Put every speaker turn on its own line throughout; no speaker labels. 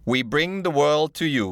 We bring the world to you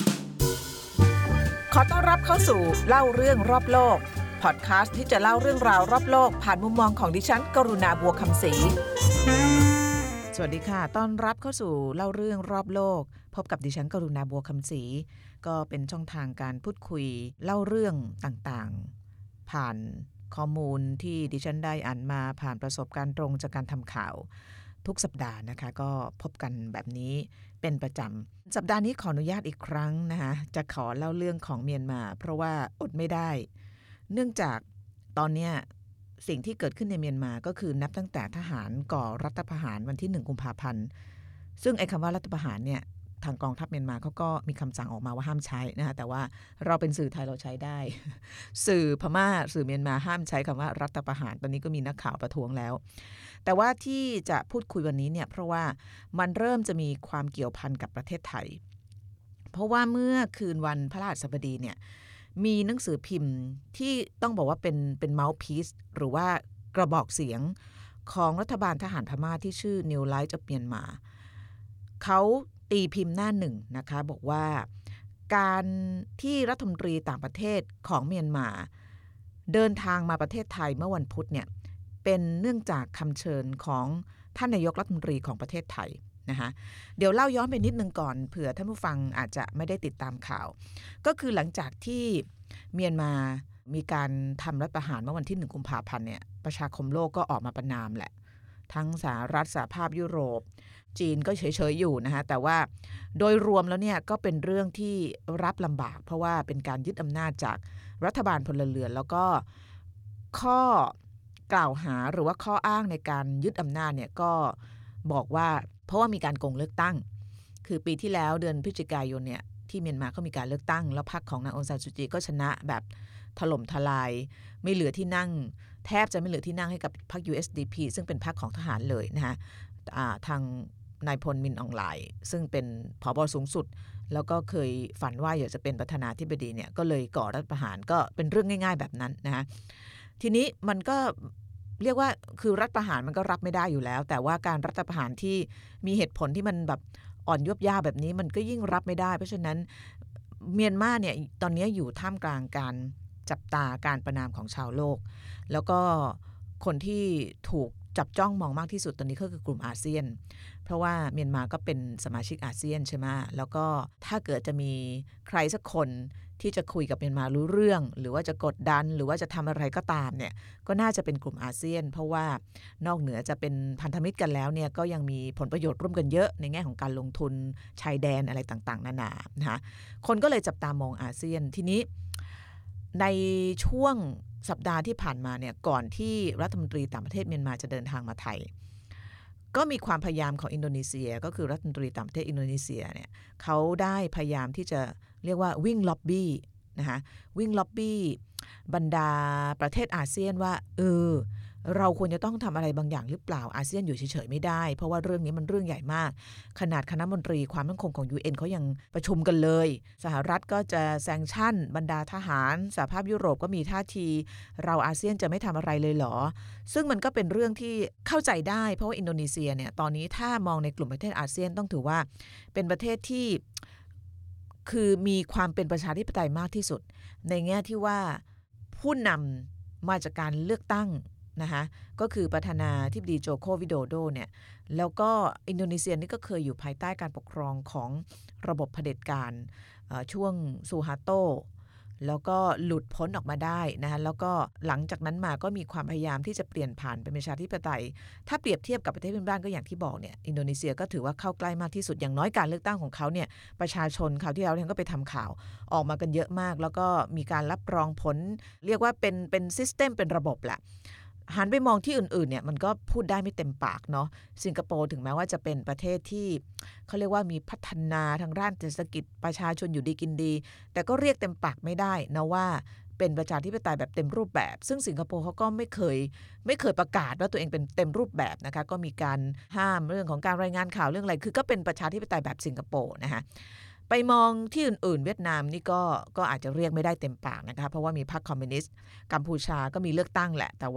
ขอต้อนรับเข้าสู่เล่าเรื่องรอบโลกพอดคาสต์ที่จะเล่าเรื่องราวรอบโลกผ่านมุมมองของดิฉันกรุณาบัวคำศรีสวัสดีค่ะต้อนรับเข้าสู่เล่าเรื่องรอบโลกพบกับดิฉันกรุณาบัวคำศรีก็เป็นช่องทางการพูดคุยเล่าเรื่องต่างๆผ่านข้อมูลที่ดิฉันได้อ่านมาผ่านประสบการณ์ตรงจากการทำข่าวทุกสัปดาห์นะคะก็พบกันแบบนี้เป็นประจำสัปดาห์นี้ขออนุญาตอีกครั้งนะคะจะขอเล่าเรื่องของเมียนมาเพราะว่าอดไม่ได้เนื่องจากตอนนี้สิ่งที่เกิดขึ้นในเมียนมาก็คือนับตั้งแต่ทหารก่อรัฐประหารวันที่1กุมภาพันธ์ซึ่งไอ้คำว่ารัฐประหารเนี่ยทางกองทัพเมียนมาเขาก็มีคำสั่งออกมาว่าห้ามใช้นะคะแต่ว่าเราเป็นสื่อไทยเราใช้ได้สื่อพม่าสื่อเมียนมาห้ามใช้คำว่ารัฐประหารตอนนี้ก็มีนักข่าวประท้วงแล้วแต่ว่าที่จะพูดคุยวันนี้เนี่ยเพราะว่ามันเริ่มจะมีความเกี่ยวพันกับประเทศไทยเพราะว่าเมื่อคืนวันพฤหัสบดีเนี่ยมีหนังสือพิมพ์ที่ต้องบอกว่าเป็นเมาส์พีซหรือว่ากระบอกเสียงของรัฐบาลทหารพม่าที่ชื่อ New Light of Myanmar เขาตีพิมพ์หน้าหนึ่งนะคะบอกว่าการที่รัฐมนตรีต่างประเทศของเมียนมาเดินทางมาประเทศไทยเมื่อวันพุธเนี่ยเป็นเนื่องจากคำเชิญของท่านนายกรัฐมนตรีของประเทศไทยนะคะเดี๋ยวเล่าย้อนไปนิดนึงก่อนเผื่อท่านผู้ฟังอาจจะไม่ได้ติดตามข่าวก็คือหลังจากที่เมียนมามีการทำรัฐประหารเมื่อวันที่1กุมภาพันธ์เนี่ยประชาคมโลกก็ออกมาประณามแหละทั้งสหรัฐสหภาพยุโรปจีนก็เฉยๆอยู่นะคะแต่ว่าโดยรวมแล้วเนี่ยก็เป็นเรื่องที่รับลำบากเพราะว่าเป็นการยึดอำนาจจากรัฐบาลพลเรือนแล้วก็ข้อกล่าวหาหรือว่าข้ออ้างในการยึดอำนาจเนี่ยก็บอกว่าเพราะว่ามีการโกงเลือกตั้งคือปีที่แล้วเดือนพฤศจิกายนเนี่ยที่เมียนมาก็มีการเลือกตั้งแล้วพรรคของนางองซานซูจีก็ชนะแบบถล่มทลายไม่เหลือที่นั่งแทบจะไม่เหลือที่นั่งให้กับพรรค USDP ซึ่งเป็นพรรคของทหารเลยนะคะทางนายพลมินอองไลน์ซึ่งเป็นผบ.สูงสุดแล้วก็เคยฝันว่าอยากจะเป็นประธานาธิบดีเนี่ยก็เลยก่อรัฐประหารก็เป็นเรื่องง่ายๆแบบนั้นนะคะทีนี้มันก็เรียกว่าคือรัฐประหารมันก็รับไม่ได้อยู่แล้วแต่ว่าการรัฐประหารที่มีเหตุผลที่มันแบบอ่อนยวบย่าแบบนี้มันก็ยิ่งรับไม่ได้เพราะฉะนั้นเมียนมาเนี่ยตอนนี้อยู่ท่ามกลางการจับตาการประณามของชาวโลกแล้วก็คนที่ถูกจับจ้องมองมากที่สุดตอนนี้ก็คือกลุ่มอาเซียนเพราะว่าเมียนมาก็เป็นสมาชิกอาเซียนใช่ไหมแล้วก็ถ้าเกิดจะมีใครสักคนที่จะคุยกับเมียนมารู้เรื่องหรือว่าจะกดดันหรือว่าจะทำอะไรก็ตามเนี่ยก็น่าจะเป็นกลุ่มอาเซียนเพราะว่านอกเหนือจะเป็นพันธมิตรกันแล้วเนี่ยก็ยังมีผลประโยชน์ร่วมกันเยอะในแง่ของการลงทุนชายแดนอะไรต่างๆนานานะคะคนก็เลยจับตามองอาเซียนทีนี้ในช่วงสัปดาห์ที่ผ่านมาเนี่ยก่อนที่รัฐมนตรีต่างประเทศเมียนมาจะเดินทางมาไทยก็มีความพยายามของอินโดนีเซียก็คือรัฐมนตรีต่างประเทศอินโดนีเซียเนี่ยเขาได้พยายามที่จะเรียกว่าวิ่งล็อบบี้นะคะวิ่งล็อบบี้บรรดาประเทศอาเซียนว่าเราควรจะต้องทำอะไรบางอย่างหรือเปล่าอาเซียนอยู่เฉยๆไม่ได้เพราะว่าเรื่องนี้มันเรื่องใหญ่มากขนาดคณะมนตรีความมั่นคงของ UN เขายังประชุมกันเลยสหรัฐก็จะแซงชั่นบรรดาทหารสหภาพยุโรปก็มีท่าทีเราอาเซียนจะไม่ทำอะไรเลยเหรอซึ่งมันก็เป็นเรื่องที่เข้าใจได้เพราะว่าอินโดนีเซียเนี่ยตอนนี้ถ้ามองในกลุ่มประเทศอาเซียนต้องถือว่าเป็นประเทศที่คือมีความเป็นประชาธิปไตยมากที่สุดในแง่ที่ว่าผู้นำมาจากการเลือกตั้งนะคะก็คือประธานาธิบดีโจโควิโดโดเนี่ยแล้วก็อินโดนีเซียนี่ก็เคยอยู่ภายใต้การปกครองของระบบเผด็จการช่วงซูฮาโตแล้วก็หลุดพ้นออกมาได้นะคะแล้วก็หลังจากนั้นมาก็มีความพยายามที่จะเปลี่ยนผ่านเป็นประชาธิปไตยถ้าเปรียบเทียบกับประเทศเพื่อนบ้านก็อย่างที่บอกเนี่ยอินโดนีเซียก็ถือว่าเข้าใกล้มากที่สุดอย่างน้อยการเลือกตั้งของเขาเนี่ยประชาชนคราวที่แล้วเนี่ยก็ไปทำข่าวออกมากันเยอะมากแล้วก็มีการรับรองผลเรียกว่าเป็นซิสเต็มเป็นระบบแหละหันไปมองที่อื่นๆเนี่ยมันก็พูดได้ไม่เต็มปากเนาะสิงคโปร์ถึงแม้ว่าจะเป็นประเทศที่เขาเรียกว่ามีพัฒนาทางด้านเศรษฐกิจประชาชนอยู่ดีกินดีแต่ก็เรียกเต็มปากไม่ได้นะว่าเป็นประชาธิปไตยแบบเต็มรูปแบบซึ่งสิงคโปร์เขาก็ไม่เคยประกาศว่าตัวเองเป็นเต็มรูปแบบนะคะก็มีการห้ามเรื่องของการรายงานข่าวเรื่องอะไรคือก็เป็นประชาธิปไตยแบบสิงคโปร์นะคะไปมองที่อื่นๆเวียดนามนี่ก็อาจจะเรียกไม่ได้เต็มปากนะคะเพราะว่ามีพรรคคอมมิวนิสต์กัมพูชาก็มีเลือกตั้งแหละแต่ว่า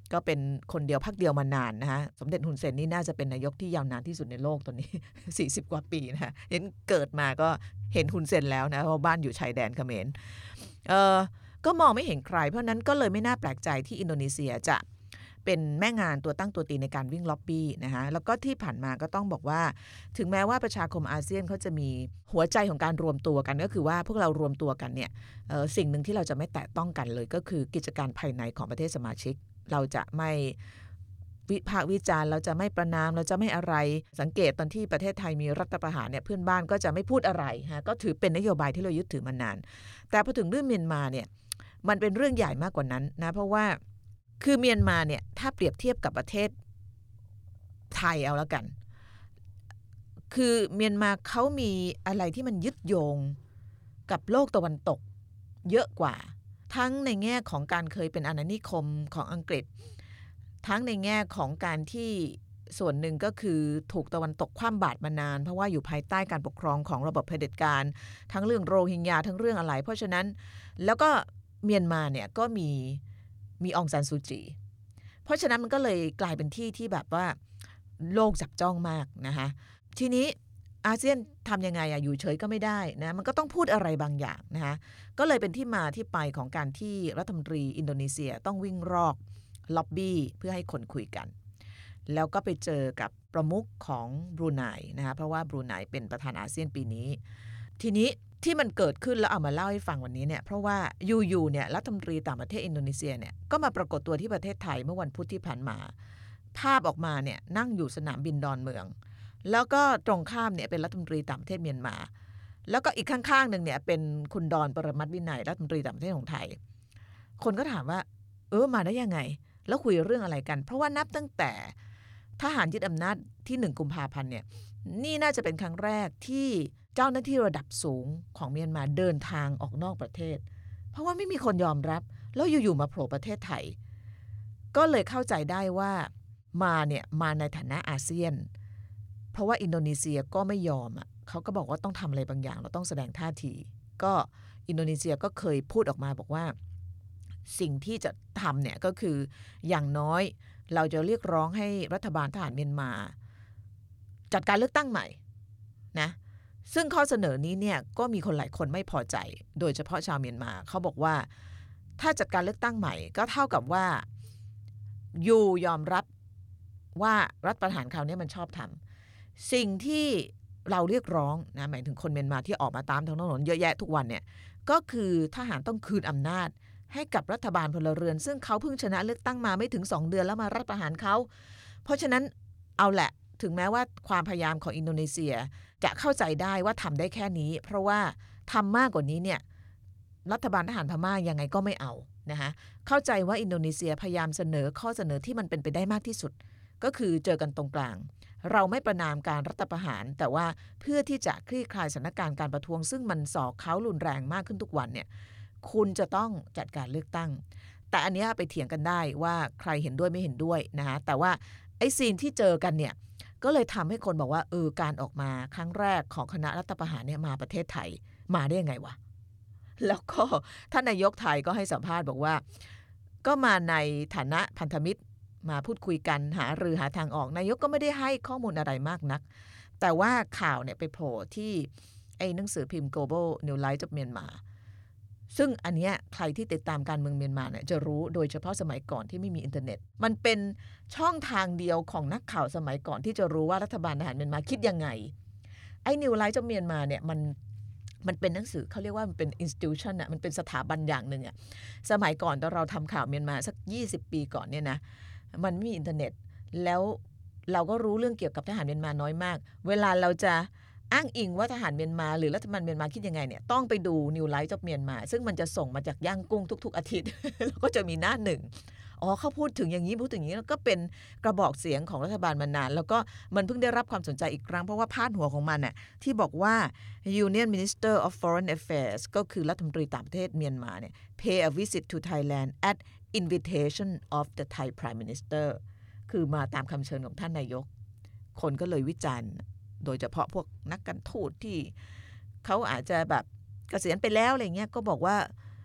ก็เป็นคนเดียวพรรคเดียวมานานนะคะสมเด็จฮุนเซนนี่น่าจะเป็นนายกที่ยาวนานที่สุดในโลกตอนนี้ 40 กว่าปีนะคะเห็นเกิดมาก็เห็นฮุนเซนแล้วนะเพราะบ้านอยู่ชายแดนเขมรก็มองไม่เห็นใครเพราะนั้นก็เลยไม่น่าแปลกใจที่อินโดนีเซียจะเป็นแม่งานตัวตั้งตัวตีในการวิ่งล็อบบี้นะคะแล้วก็ที่ผ่านมาก็ต้องบอกว่าถึงแม้ว่าประชาคมอาเซียนเขาจะมีหัวใจของการรวมตัวกันก็คือว่าพวกเรารวมตัวกันเนี่ยสิ่งหนึ่งที่เราจะไม่แตะต้องกันเลยก็คือกิจการภายในของประเทศสมาชิกเราจะไม่วิพากษ์วิจารณ์เราจะไม่ประณามเราจะไม่อะไรสังเกตตอนที่ประเทศไทยมีรัฐประหารเนี่ยเพื่อนบ้านก็จะไม่พูดอะไรฮะก็ถือเป็นนโยบายที่เรายึดถือมานานแต่พอถึงเรื่องเมียนมาเนี่ยมันเป็นเรื่องใหญ่มากกว่านั้นนะเพราะว่าคือเมียนมาเนี่ยถ้าเปรียบเทียบกับประเทศไทยเอาแล้วกันคือเมียนมาเขามีอะไรที่มันยึดโยงกับโลกตะวันตกเยอะกว่าทั้งในแง่ของการเคยเป็นอาณานิคมของอังกฤษทั้งในแง่ของการที่ส่วนหนึ่งก็คือถูกตะวันตกคว่ำบาตรมานานเพราะว่าอยู่ภายใต้การปกครองของระบบเผด็จการทั้งเรื่องโรฮิงญาทั้งเรื่องอะไรเพราะฉะนั้นแล้วก็เมียนมาเนี่ยก็มีองซานซูจีเพราะฉะนั้นมันก็เลยกลายเป็นที่ที่แบบว่าโลกจับจ้องมากนะคะทีนี้อาเซียนทำยังไงอยู่เฉยก็ไม่ได้นะมันก็ต้องพูดอะไรบางอย่างนะคะก็เลยเป็นที่มาที่ไปของการที่รัฐมนตรีอินโดนีเซียต้องวิ่งรอกล็อบบี้เพื่อให้คนคุยกันแล้วก็ไปเจอกับประมุขของบรูไนนะคะเพราะว่าบรูไนเป็นประธานอาเซียนปีนี้ทีนี้ที่มันเกิดขึ้นแล้วเอามาเล่าให้ฟังวันนี้เนี่ยเพราะว่าอยู่เนี่ยรัฐมนตรีต่างประเทศอินโดนีเซียเนี่ยก็มาปรากฏตัวที่ประเทศไทยเมื่อวันพุธที่ผ่านมาภาพออกมาเนี่ยนั่งอยู่สนามบินดอนเมืองแล้วก็ตรงข้ามเนี่ยเป็นรัฐมนตรีต่างประเทศเมียนมาแล้วก็อีกข้างๆนึงเนี่ยเป็นคุณดอนปรมัตถ์วินัยรัฐมนตรีต่างประเทศของไทยคนก็ถามว่ามาได้ยังไงแล้วคุยเรื่องอะไรกันเพราะว่านับตั้งแต่ทหารยึดอำนาจที่1 กุมภาพันธ์เนี่ยนี่น่าจะเป็นครั้งแรกที่เจ้าหน้าที่ระดับสูงของเมียนมาเดินทางออกนอกประเทศเพราะว่าไม่มีคนยอมรับแล้วอยู่ๆมาโผล่ประเทศไทยก็เลยเข้าใจได้ว่ามาในฐานะอาเซียนเพราะว่าอินโดนีเซียก็ไม่ยอมเขาก็บอกว่าต้องทำอะไรบางอย่างเราต้องแสดงท่าทีก็อินโดนีเซียก็เคยพูดออกมาบอกว่าสิ่งที่จะทำเนี่ยก็คืออย่างน้อยเราจะเรียกร้องให้รัฐบาลทหารเมียนมาจัดการเลือกตั้งใหม่นะซึ่งข้อเสนอนี้เนี่ยก็มีคนหลายคนไม่พอใจโดยเฉพาะชาวเมียนมาเขาบอกว่าถ้าจัดการเลือกตั้งใหม่ก็เท่ากับว่ายอมรับว่ารัฐประหารคราวนี้มันชอบทำสิ่งที่เราเรียกร้องนะหมายถึงคนเมียนมาที่ออกมาตามท้องถนนเยอะแยะทุกวันเนี่ยก็คือทหารต้องคืนอำนาจให้กับรัฐบาลพลเรือนซึ่งเขาเพิ่งชนะเลือกตั้งมาไม่ถึง2 เดือนแล้วมารัฐประหารเขาเพราะฉะนั้นเอาแหละถึงแม้ว่าความพยายามของอินโดนีเซียจะเข้าใจได้ว่าทำได้แค่นี้เพราะว่าทำมากกว่านี้เนี่ยรัฐบาลทหารพม่ายังไงก็ไม่เอานะคะเข้าใจว่าอินโดนีเซียพยายามเสนอข้อเสนอที่มันเป็นไปได้มากที่สุดก็คือเจอกันตรงกลางเราไม่ประณามการรัฐประหารแต่ว่าเพื่อที่จะคลี่คลายสถานการณ์การประท้วงซึ่งมันส่อเค้ารุนแรงมากขึ้นทุกวันเนี่ยคุณจะต้องจัดการเลือกตั้งแต่อันนี้ไปเถียงกันได้ว่าใครเห็นด้วยไม่เห็นด้วยนะคะแต่ว่าไอ้ซีนที่เจอกันเนี่ยก็เลยทำให้คนบอกว่าการออกมาครั้งแรกของคณะรัฐประหารเนี่ยมาประเทศไทยมาได้ยังไงวะแล้วก็ท่านนายกไทยก็ให้สัมภาษณ์บอกว่าก็มาในฐานะพันธมิตรมาพูดคุยกันหารือหาทางออกนายกก็ไม่ได้ให้ข้อมูลอะไรมากนักแต่ว่าข่าวเนี่ยไปโผล่ที่ไอ้หนังสือพิมพ์ Global New Light of Myanmar ซึ่งอันเนี้ยใครที่ติดตามการเมืองเมียนมาเนี่ยจะรู้โดยเฉพาะสมัยก่อนที่ไม่มีอินเทอร์เน็ตมันเป็นช่องทางเดียวของนักข่าวสมัยก่อนที่จะรู้ว่ารัฐบาลทหารเมียนมาคิดยังไงไอ้ New Light of Myanmar เนี่ยมันเป็นหนังสือเขาเรียกว่ามันเป็น institution มันเป็นสถาบันอย่างหนึ่งสมัยก่อนตอนเราทำข่าวเมียนมาสัก20 ปีก่อนเนี่ยนะมันไม่มีอินเทอร์เน็ตแล้วเราก็รู้เรื่องเกี่ยวกับทหารเมียนมาน้อยมากเวลาเราจะอ้างอิงว่าทหารเมียนมาหรือรัฐบาลเมียนมาคิดยังไงเนี่ยต้องไปดู New Light of Myanmar ซึ่งมันจะส่งมาจากย่างกุ้งทุกๆอาทิตย์ แล้วก็จะมีหน้าหนึ่งเขาพูดถึงอย่างนี้พูดถึงอย่างนี้แล้วก็เป็นกระบอกเสียงของรัฐบาลมานานแล้วก็มันเพิ่งได้รับความสนใจอีกครั้งเพราะว่าพาดหัวของมันน่ะที่บอกว่า Union Minister of Foreign Affairs ก็คือรัฐมนตรีต่างประเทศเมียนมาเนี่ย pay a visit to Thailand at invitation of the Thai Prime Minister คือมาตามคำเชิญของท่านนายกคนก็เลยวิจารณ์โดยเฉพาะพวกนักการทูตที่เขาอาจจะแบบเกษียณไปแล้วอะไรเงี้ยก็บอกว่า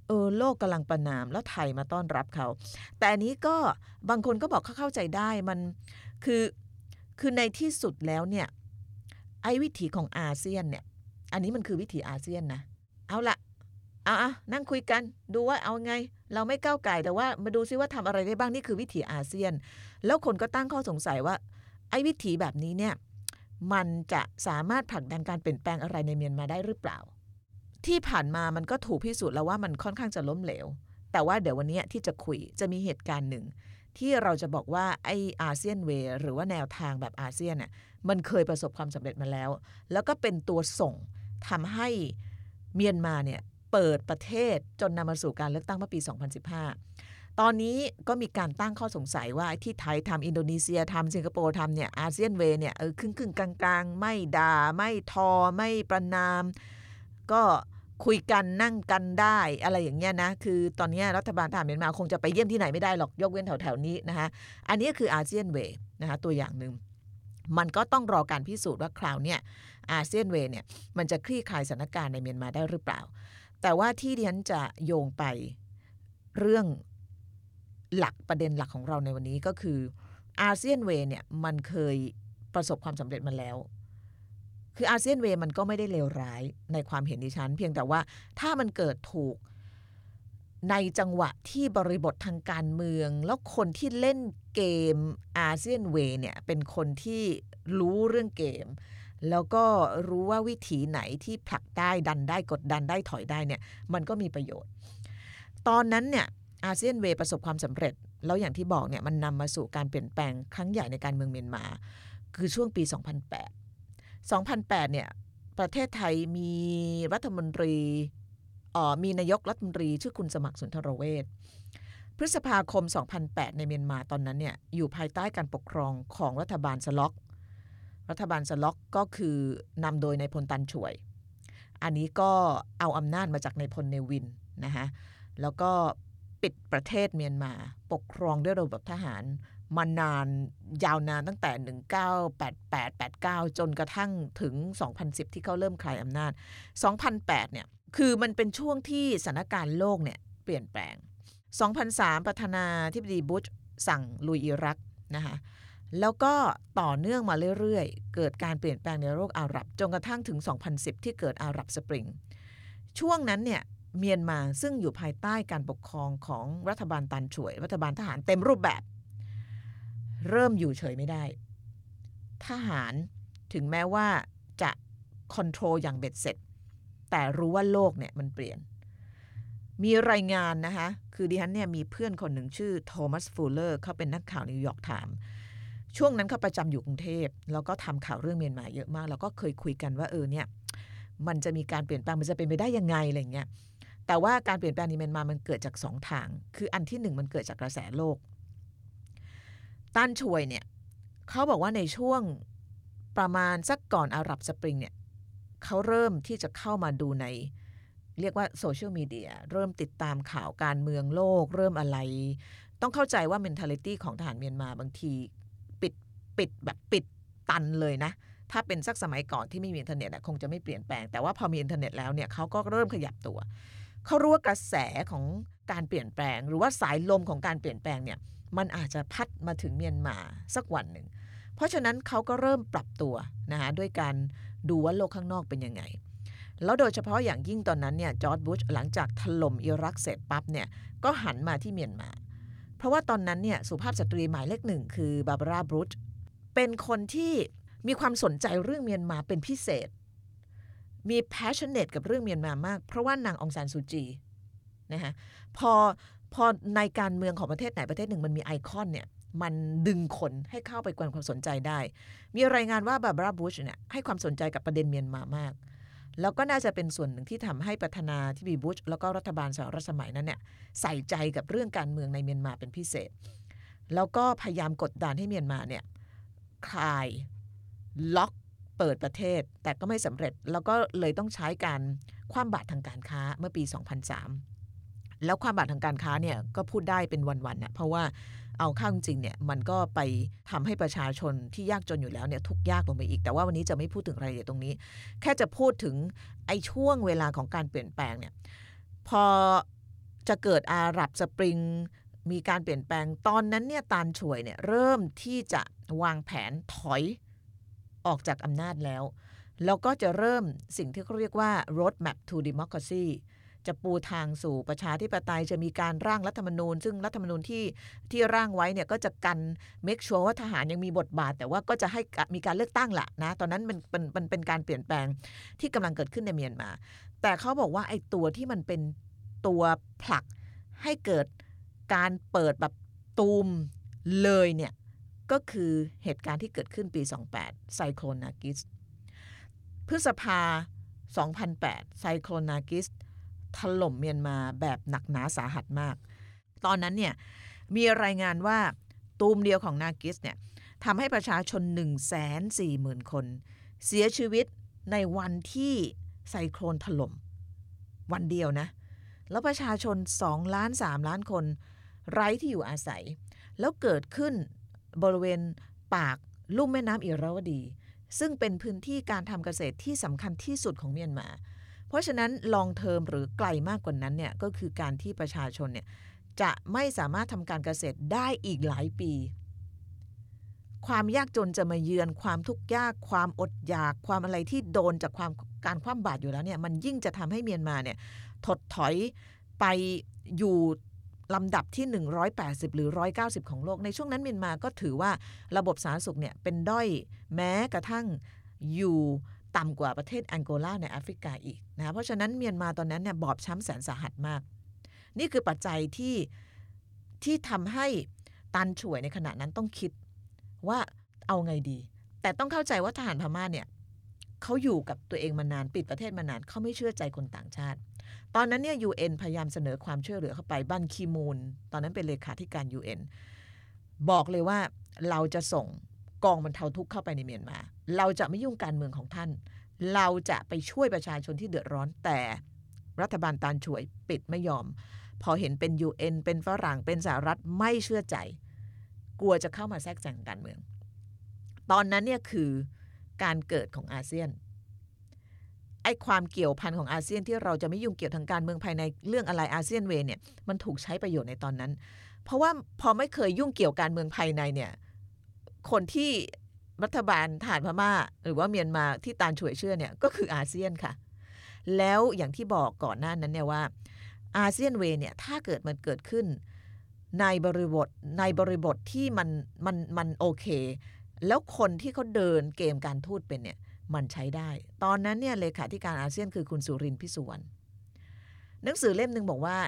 โลกกำลังประณามแล้วไทยมาต้อนรับเขาแต่อันนี้ก็บางคนก็บอกเขาเข้าใจได้มันคือในที่สุดแล้วเนี่ยไอ้วิถีของอาเซียนเนี่ยอันนี้มันคือวิถีอาเซียนนะเอาละนั่งคุยกันดูว่าเอาไงเราไม่ก้าวไก่แต่ว่ามาดูซิว่าทำอะไรได้บ้างนี่คือวิถีอาเซียนแล้วคนก็ตั้งข้อสงสัยว่าไอ้วิถีแบบนี้เนี่ยมันจะสามารถผลักดันการเปลี่ยนแปลงอะไรในเมียนมาได้หรือเปล่าที่ผ่านมามันก็ถูกพิสูจน์แล้วว่ามันค่อนข้างจะล้มเหลวแต่ว่าเดี๋ยววันนี้ที่จะคุยจะมีเหตุการณ์หนึ่งที่เราจะบอกว่าไอ้อาเซียนเวย์หรือว่าแนวทางแบบอาเซียนน่ะมันเคยประสบความสำเร็จมาแล้วก็เป็นตัวส่งทำให้เมียนมาเนี่ยเปิดประเทศจนนำมาสู่การเลือกตั้งเมื่อปี 2015 ตอนนี้ก็มีการตั้งข้อสงสัยว่าที่ไทยทำอินโดนีเซียทำสิงคโปร์ทำเนี่ยอาเซียนเวย์เนี่ยครึ่งกลางๆไม่ด่าไม่ทอไม่ประนามก็คุยกันนั่งกันได้อะไรอย่างเงี้ยนะคือตอนนี้รัฐบาลทหารเมียนมาคงจะไปเยี่ยมที่ไหนไม่ได้หรอกยกเว้นแถวๆนี้นะคะอันนี้คืออาเซียนเวย์นะคะตัวอย่างหนึ่งมันก็ต้องรอการพิสูจน์ว่าคราวนี้อาเซียนเวย์เนี่ยมันจะคลี่คลายสถานการณ์ในเมียนมาได้หรือเปล่าแต่ว่าที่ดิฉันจะโยงไปเรื่องหลักประเด็นหลักของเราในวันนี้ก็คืออาเซียนเวย์เนี่ยมันเคยประสบความสำเร็จมาแล้วคืออาเซียนเวย์มันก็ไม่ได้เลวร้ายในความเห็นดิฉันเพียงแต่ว่าถ้ามันเกิดถูกในจังหวะที่บริบททางการเมืองแล้วคนที่เล่นเกมอาเซียนเวย์เนี่ยเป็นคนที่รู้เรื่องเกมแล้วก็รู้ว่าวิธีไหนที่ผลักได้ดันได้กดดันได้ถอยได้เนี่ยมันก็มีประโยชน์ตอนนั้นเนี่ยอาเซียนเวย์ประสบความสำเร็จแล้วอย่างที่บอกเนี่ยมันนำมาสู่การเปลี่ยนแปลงครั้งใหญ่ในการเมืองเมียนมาคือช่วงปี 2008 เนี่ยประเทศไทยมีรัฐมนตรีมีนายกรัฐมนตรีชื่อคุณสมัครสุนทรเวชพฤษภาคม 2008 ในเมียนมาตอนนั้นเนี่ยอยู่ภายใต้การปกครองของรัฐบาลสล็อกก็คือนำโดยนายพลตันช่วยอันนี้ก็เอาอำนาจมาจากนายพลเนวินนะคะแล้วก็ปิดประเทศเมียนมาปกครองด้วยระบบทหารมานานยาวนานตั้งแต่ 1988-89 จนกระทั่งถึง 2010 ที่เขาเริ่มคลายอำนาจ 2008 เนี่ยคือมันเป็นช่วงที่สถานการณ์โลกเนี่ยเปลี่ยนแปลง 2003 ประธานาธิบดีบุชสั่งลุยอิรักนะคะแล้วก็ต่อเนื่องมาเรื่อยๆเกิดการเปลี่ยนแปลงในโลกอาหรับจนกระทั่งถึง 2010 ที่เกิดอาหรับสปริงช่วงนั้นเนี่ยเมียนมาซึ่งอยู่ภายใต้การปกครองของรัฐบาลตันช่วยรัฐบาลทหารเต็มรูปแบบเริ่มอยู่เฉยไม่ได้ทหารถึงแม้ว่าจะคอนโทรลอย่างเบ็ดเสร็จแต่รู้ว่าโลกเนี่ยมันเปลี่ยนมีรายงานนะคะคือดิฉันเนี่ยมีเพื่อนคนหนึ่งชื่อโทมัสฟูลเลอร์เขาเป็นนักข่าวนิวยอร์กไทม์ช่วงนั้นเขาประจำอยู่กรุงเทพแล้วก็ทำข่าวเรื่องเมียนมาเยอะมากแล้วก็เคยคุยกันว่าเนี่ยมันจะมีการเปลี่ยนแปลงมันจะเป็นไปได้ยังไงอะไรเงี้ยแต่ว่าการเปลี่ยนแปลงในเมียนมามันเกิดจาก2 ทางคืออันที่1มันเกิดจากกระแสโลกต้านช่วยเนี่ยเขาบอกว่าในช่วงประมาณสักก่อนอาหรับสปริงเนี่ยเขาเริ่มที่จะเข้ามาดูในเรียกว่าโซเชียลมีเดียเริ่มติดตามข่าวการเมืองโลกเริ่มอะไรต้องเข้าใจว่า mentality ของทหารเมียนมาบางทีปิดแบบปิดตันเลยนะถ้าเป็นสักสมัยก่อนที่ไม่มีอินเทอร์เน็ตคงจะไม่เปลี่ยนแปลงแต่ว่าพอมีอินเทอร์เน็ตแล้วเนี่ยเขาก็เริ่มขยับตัวเขารู้ว่ากระแสของการเปลี่ยนแปลงหรือว่าสายลมของการเปลี่ยนแปลงเนี่ยมันอาจจะพัดมาถึงเมียนมาสักวันหนึ่งเพราะฉะนั้นเขาก็เริ่มปรับตัวนะคะด้วยการดูว่าโลกข้างนอกเป็นยังไงแล้วโดยเฉพาะอย่างยิ่งตอนนั้นเนี่ยจอร์จบุชหลังจากถล่มอิรักเสร็จปั๊บเนี่ยก็หันมาที่เมียนมาเพราะว่าตอนนั้นเนี่ยสุภาพสตรีหมายเลข1คือบาบาร่าบรูชเป็นคนที่มีความสนใจเรื่องเมียนมาเป็นพิเศษมี passionate กับเรื่องเมียนมามากเพราะว่านางองซานซูจีนะคะพอในการเมืองของประเทศไหนประเทศหนึ่งมันมีไอคอนเนี่ยมันดึงคนให้เข้าไปกวนความสนใจได้มีรายงานว่าบาบาร่าบุชเนี่ยให้ความสนใจกับประเด็นเมียนมามากแล้วก็น่าจะเป็นส่วนหนึ่งที่ทำให้ประธานาธิบดีบุชแล้วก็รัฐบาลสหรัฐสมัยนั้นเนี่ยใส่ใจกับเรื่องการเมืองในเมียนมาเป็นพิเศษแล้วก็พยายามกดดันให้เมียนมาเนี่ยคลายล็อกเปิดประเทศแต่ก็ไม่สำเร็จแล้วก็เลยต้องใช้การคว่ำบาตรทางการค้าเมื่อปี 2003แล้วความบาดทางการค้าเนี่ยก็พูดได้เป็นวันๆนะเพราะว่าเอาเข้าจริงเนี่ยมันก็ไปทำให้ประชาชนที่ยากจนอยู่แล้วเนี่ยทุกข์ยากลงไปอีกแต่ว่าวันนี้จะไม่พูดถึงรายละเอียดตรงนี้แค่จะพูดถึงไอ้ช่วงเวลาของการเปลี่ยนแปลงเนี่ยพอจะเกิดอาหรับสปริงมีการเปลี่ยนแปลงตอนนั้นเนี่ยตานช่วยเนี่ยเริ่มที่จะวางแผนถอยออกจากอำนาจแล้วก็จะเริ่มสิ่งที่เขาเรียกว่า road map to democracy จะปูทางสู่ประชาธิปไตยจะมีการร่างรัฐธรรมนูญซึ่งรัฐธรรมนูญที่ร่างไว้เนี่ยก็จะกัน make sure ว่าทหารยังมีบทบาทแต่ว่าก็จะให้มีการเลือกตั้งละนะตอนนั้นมันเป็นการเปลี่ยนแปลงที่กำลังเกิดขึ้นในเมียนมาแต่เขาบอกว่าไอ้ตัวที่มันเป็นตัวผลักให้เกิดการเปิดแบบตูมเลยเนี่ยก็คือเหตุการณ์ที่เกิดขึ้นปี28ไซโคลนนากิสพฤษภา2008ไซโคลนนากิสถล่มเมียนมาแบบหนักหนาสาหัสมากตอนนั้นเนี่ยมีรายงานว่าตูมเดียวของนากิสเนี่ยทำให้ประชาชน 140,000 คนเสียชีวิตในวันที่ไซโคลนถล่มวันเดียวนะแล้วประชาชน2 ล้าน 3 ล้านคนไร้ที่อยู่อาศัยแล้วเกิดขึ้นบริเวณปากลุ่มแม่น้ำอิราวดีซึ่งเป็นพื้นที่การทำเกษตรที่สำคัญที่สุดของเมียนมาเพราะฉะนั้นลองเทอมหรือไกลมากกว่านั้นเนี่ยก็คือการที่ประชาชนเนี่ยจะไม่สามารถทำการเกษตรได้อีกหลายปีความยากจนจะมาเยือนความทุกข์ยากความอดอยากความอะไรที่โดนจากการคว่ำบาตรอยู่แล้วเนี่ยมันยิ่งจะทำให้เมียนมาเนี่ยถดถอยไปอยู่ลำดับที่180หรือ190ของโลกในช่วงนั้นเมียนมาก็ถือว่าระบบสาธารณสุขเนี่ยเป็นด้อยแม้กระทั่งอยู่ต่ำกว่าประเทศแองโกลาในแอฟริกาอีกนะเพราะฉะนั้นเมียนมาตอนนั้นเนี่ยบอบช้ำแสนสาหัสมากนี่คือปัจจัยที่ทำให้ตันฉวยในขณะนั้นต้องคิดว่าเอาไงดีแต่ต้องเข้าใจว่าทหารพม่าเนี่ยเขาอยู่กับตัวเองมานานปิดประเทศมานานเขาไม่เชื่อใจคนต่างชาติตอนนั้นเนี่ย UN พยายามเสนอความช่วยเหลือเข้าไปบันคีมูนตอนนั้นเป็นเลขาธิการ UN บอกเลยว่าเราจะส่งกองบรรเทาทุกข์เข้าไปในเมียนมาเราจะไม่ยุ่งการเมืองของท่านเราจะไปช่วยประชาชนที่เดือดร้อนแต่รัฐบาลตานช่วยปิดไม่ยอมพอเห็นเป็น UN เป็นฝรั่งเป็นสหรัฐไม่เชื่อใจกลัวจะเข้ามาแทรกแซงการเมืองตอนนั้นเนี่ยคือการเกิดของอาเซียนไอ้ความเกี่ยวพันของอาเซียนที่เราจะไม่ยุ่งเกี่ยวทางการเมืองภายในเรื่องอะไรอาเซียนเวย์เนี่ยมันถูกใช้ประโยชน์ในตอนนั้นเพราะว่าพอไม่เคยยุ่งเกี่ยวการเมืองภายในเนี่ยคนที่รัฐบาลทหารพม่าหรือว่าเมียนมาที่ตานช่วยเชื่อเนี่ยก็คืออาเซียนค่ะแล้วอย่างที่บอกก่อนหน้านั้นเนี่ยว่าอาเซียนเวย์เนี่ยถ้าเกิดมันเกิดขึ้นในบริบทที่มันโอเคแล้วคนที่เขาเดินเกมการทูตเป็นเนี่ยมันใช้ได้ตอนนั้นเนี่ยเลขาธิการอาเซียนคือคุณสุรินทร์ พิสุวรรณหนังสือเล่มนึงบอกว่า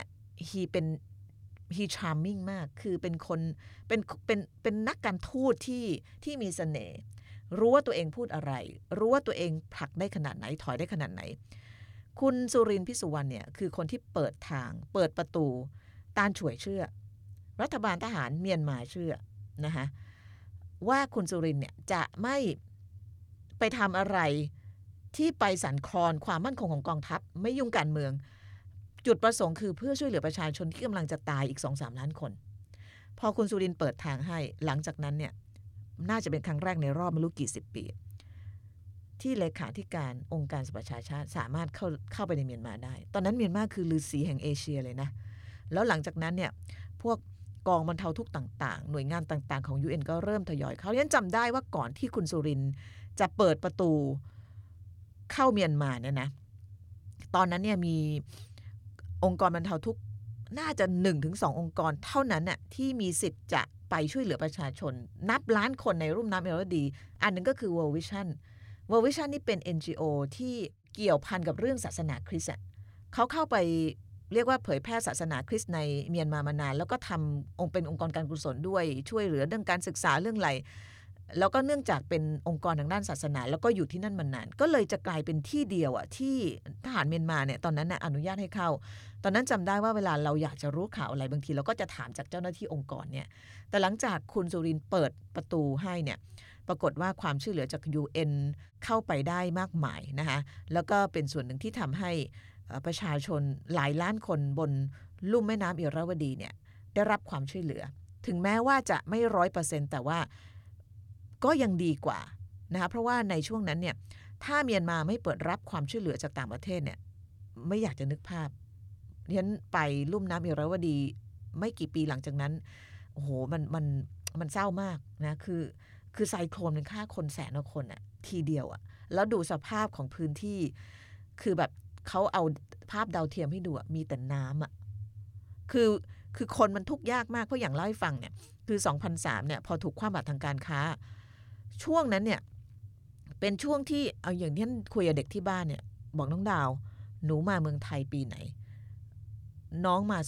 he charming มากคือเป็นคนเป็นนักการทูตที่มีเสน่ห์รู้ว่าตัวเองพูดอะไรรู้ว่าตัวเองผลักได้ขนาดไหนถอยได้ขนาดไหนคุณสุรินทร์ พิสุวรรณเนี่ยคือคนที่เปิดทางเปิดประตูตานช่วยเชื่อรัฐบาลทหารเมียนมาเชื่อนะคะว่าคุณสุรินทร์เนี่ยจะไม่ไปทำอะไรที่ไปสั่นคลอนความมั่นคงของกองทัพไม่ยุ่งการเมืองจุดประสงค์คือเพื่อช่วยเหลือประชาชนที่กำลังจะตายอีก 2-3 ล้านคนพอคุณสุรินทร์เปิดทางให้หลังจากนั้นเนี่ยน่าจะเป็นครั้งแรกในรอบไม่รู้กี่สิบปีที่เลขาธิการองค์การสหประชาชาติสามารถเข้าไปในเมียนมาได้ตอนนั้นเมียนมาคือฤาษีแห่งเอเชียเลยนะแล้วหลังจากนั้นเนี่ยพวกกองบรรเทาทุกข์ต่างๆหน่วยงานต่างๆของ UN ก็เริ่มทยอยเข้ายันจำได้ว่าก่อนที่คุณสุรินทร์จะเปิดประตูเข้าเมียนมาเนี่ยนะตอนนั้นเนี่ยมีองค์กรบรรเทาทุกข์น่าจะ 1-2 องค์กรเท่านั้นน่ะที่มีสิทธิ์จะไปช่วยเหลือประชาชนนับล้านคนในรุ่มน้ำอิราวดีอันนึงก็คือ World Vision นี่เป็น NGO ที่เกี่ยวพันกับเรื่องศาสนาคริสต์เขาเข้าไปเรียกว่าเผยแพร่ศาสนาคริสต์ในเมียนมามานานแล้วก็ทำเป็นองค์กรการกุศลด้วยช่วยเหลือเรื่องการศึกษาเรื่องอะไรแล้วก็เนื่องจากเป็นองค์กรทางด้านศาสนาแล้วก็อยู่ที่นั่นมานานก็เลยจะกลายเป็นที่เดียวที่ทหารเมียนมาเนี่ยตอนนั้นอนุญาตให้เข้าตอนนั้นจำได้ว่าเวลาเราอยากจะรู้ข่าวอะไรบางทีเราก็จะถามจากเจ้าหน้าที่องค์กรเนี่ยแต่หลังจากคุณสุรินทร์เปิดประตูให้เนี่ยปรากฏว่าความช่วยเหลือจาก UN เข้าไปได้มากมายนะคะแล้วก็เป็นส่วนหนึ่งที่ทำให้ประชาชนหลายล้านคนบนลุ่มแม่น้ำอิราวดีเนี่ยได้รับความช่วยเหลือถึงแม้ว่าจะไม่ 100% แต่ว่าก็ยังดีกว่านะคะเพราะว่าในช่วงนั้นเนี่ยถ้าเมียนมาไม่เปิดรับความช่วยเหลือจากต่างประเทศเนี่ยไม่อยากจะนึกภาพฉันไปลุ่มน้ำอิระวดีไม่กี่ปีหลังจากนั้นโอ้โหมันเศร้ามากนะคือไซโคลนมันฆ่าคนแสนกว่าคนอะทีเดียวอะแล้วดูสภาพของพื้นที่คือแบบเขาเอาภาพดาวเทียมให้ดูอะมีแต่น้ำอะคือคนมันทุกข์ยากมากเพราะอย่างเล่าให้ฟังเนี่ยคือ2003เนี่ยพอถูกคว่ำบาตรทางการค้าช่วงนั้นเนี่ยเป็นช่วงที่เอาอย่างที่คุยกับเด็กที่บ้านเนี่ยบอกน้องดาวหนูมาเมืองไทยปีไหนน้องมา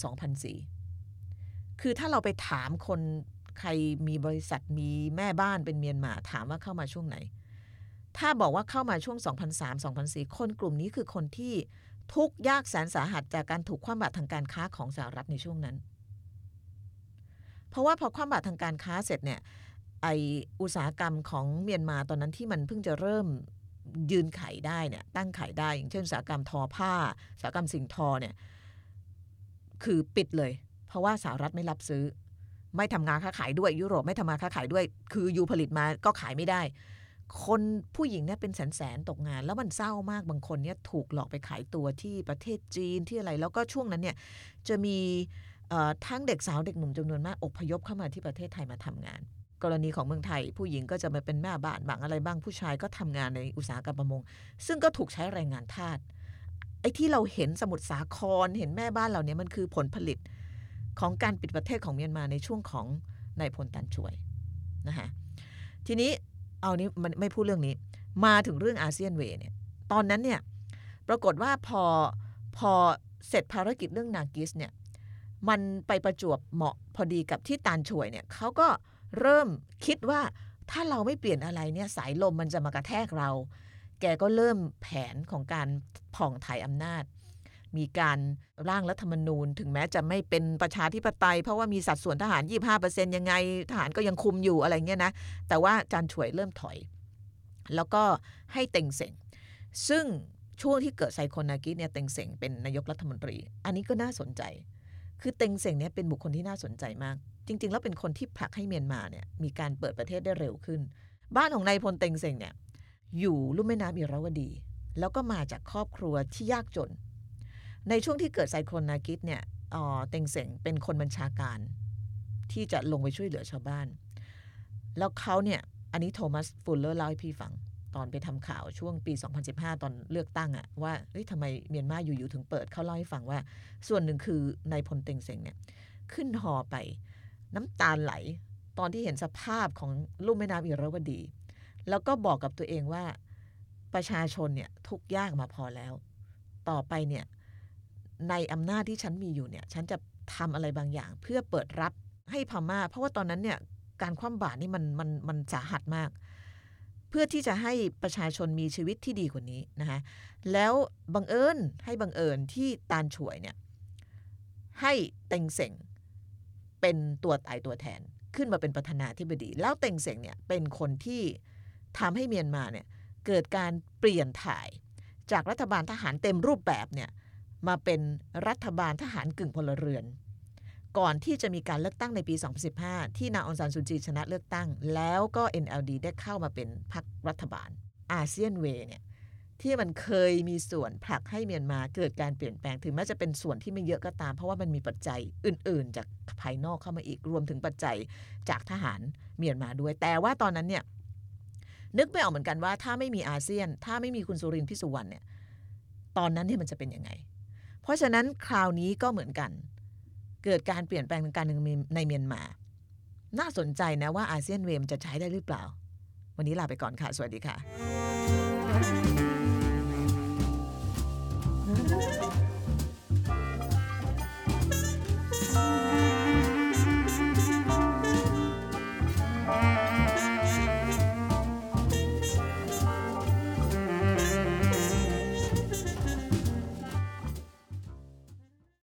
2004คือถ้าเราไปถามคนใครมีบริษัทมีแม่บ้านเป็นเมียนมาถามว่าเข้ามาช่วงไหนถ้าบอกว่าเข้ามาช่วง2003-2004คนกลุ่มนี้คือคนที่ทุกข์ยากแสนสาหัสจากการถูกคว่ำบาตรทางการค้าของสหรัฐในช่วงนั้นเพราะว่าพอคว่ำบาตรทางการค้าเสร็จเนี่ยไออุตสาหกรรมของเมียนมาตอนนั้นที่มันเพิ่งจะเริ่มยืนไข่ได้เนี่ยตั้งไข่ได้อย่างเช่นอุตสาหกรรมทอผ้าอุตสาหกรรมสิ่งทอเนี่ยคือปิดเลยเพราะว่าสหรัฐไม่รับซื้อไม่ทำงานค้าขายด้วยยุโรปไม่ทำงานค้าขายด้วยคือยูผลิตมาก็ขายไม่ได้คนผู้หญิงเนี่ยเป็นแสนตกงานแล้วมันเศร้ามากบางคนเนี่ยถูกหลอกไปขายตัวที่ประเทศจีนที่อะไรแล้วก็ช่วงนั้นเนี่ยจะมีทั้งเด็กสาวเด็กหนุ่มจำนวนมากอพยพเข้ามาที่ประเทศไทยมาทำงานกรณีของเมืองไทยผู้หญิงก็จะมาเป็นแม่บ้านบางอะไรบ้างผู้ชายก็ทำงานในอุตสาหกรรมประมงซึ่งก็ถูกใช้แรงงานทาสไอ้ที่เราเห็นสมุทรสาครเห็นแม่บ้านเราเนี่ยมันคือผลผลิตของการปิดประเทศของเมียนมาในช่วงของนายพลตันช่วยนะคะทีนี้เอานี้มันไม่พูดเรื่องนี้มาถึงเรื่องอาเซียนเวย์เนี่ยตอนนั้นเนี่ยปรากฏว่าพอเสร็จภารกิจเรื่องนากิสเนี่ยมันไปประจวบเหมาะพอดีกับที่ตันช่วยเนี่ยเขาก็เริ่มคิดว่าถ้าเราไม่เปลี่ยนอะไรเนี่ยสายลมมันจะมากระแทกเราแกก็เริ่มแผนของการผ่องถ่ายอำนาจมีการร่างรัฐธรรมนูญถึงแม้จะไม่เป็นประชาธิปไตยเพราะว่ามีสัดส่วนทหาร 25% ยังไงทหารก็ยังคุมอยู่อะไรเงี้ยนะแต่ว่าจานฉวยเริ่มถอยแล้วก็ให้เต็งเส็งซึ่งช่วงที่เกิดไซโคลนากิเนี่ยเต็งเส็งเป็นนายกรัฐมนตรีอันนี้ก็น่าสนใจคือเต็งเส็งเนี่ยเป็นบุคคลที่น่าสนใจมากจริงๆแล้วเป็นคนที่ผลักให้เมียนมาเนี่ยมีการเปิดประเทศได้เร็วขึ้นบ้านของนายพลเต็งเส็งเนี่ยอยู่ลุ่มแม่น้ำอิระวดีแล้วก็มาจากครอบครัวที่ยากจนในช่วงที่เกิดไซโคลนากิเนี่ยเต็งเส็งเป็นคนบัญชาการที่จะลงไปช่วยเหลือชาวบ้านแล้วเขาเนี่ยอันนี้โทมัสฟูลเลอร์เล่าให้พี่ฟังตอนไปทำข่าวช่วงปี2015ตอนเลือกตั้งอะว่าทำไมเมียนมาอยู่ๆถึงเปิดเขาเล่าให้ฟังว่าส่วนหนึ่งคือนายพลเต็งเส็งเนี่ยขึ้นฮอไปน้ำตาไหลตอนที่เห็นสภาพของลุ่มแม่น้ำอิระวดีแล้วก็บอกกับตัวเองว่าประชาชนเนี่ยทุกข์ยากมาพอแล้วต่อไปเนี่ยในอำนาจที่ฉันมีอยู่เนี่ยฉันจะทำอะไรบางอย่างเพื่อเปิดรับให้พม่าเพราะว่าตอนนั้นเนี่ยการคว่ำบาตรนี่มันสาหัสมากเพื่อที่จะให้ประชาชนมีชีวิตที่ดีกว่านี้นะคะแล้วบังเอิญที่ตานฉวยเนี่ยให้เต็งเส็งเป็นตัวตายตัวแทนขึ้นมาเป็นประธานาธิบดีแล้วเต็งเส็งเนี่ยเป็นคนที่ทำให้เมียนมาเนี่ยเกิดการเปลี่ยนถ่ายจากรัฐบาลทหารเต็มรูปแบบเนี่ยมาเป็นรัฐบาลทหารกึ่งพลเรือนก่อนที่จะมีการเลือกตั้งในปี2015ที่นางองซานซูจีชนะเลือกตั้งแล้วก็ NLD ได้เข้ามาเป็นพรรครัฐบาลอาเซียนเวย์เนี่ยที่มันเคยมีส่วนผลักให้เมียนมาเกิดการเปลี่ยนแปลงถึงแม้จะเป็นส่วนที่ไม่เยอะก็ตามเพราะว่ามันมีปัจจัยอื่นๆจากภายนอกเข้ามาอีกรวมถึงปัจจัยจากทหารเมียนมาด้วยแต่ว่าตอนนั้นเนี่ยนึกไม่ออกเหมือนกันว่าถ้าไม่มีอาเซียนถ้าไม่มีคุณสุรินทร์พิสุวรรณเนี่ยตอนนั้นเนี่ยมันจะเป็นยังไงเพราะฉะนั้นคราวนี้ก็เหมือนกันเกิดการเปลี่ยนแปลงทางการเมืองในเมียนมาน่าสนใจนะว่าอาเซียนเวย์จะใช้ได้หรือเปล่าวันนี้ลาไปก่อนค่ะสวัสดีค่ะ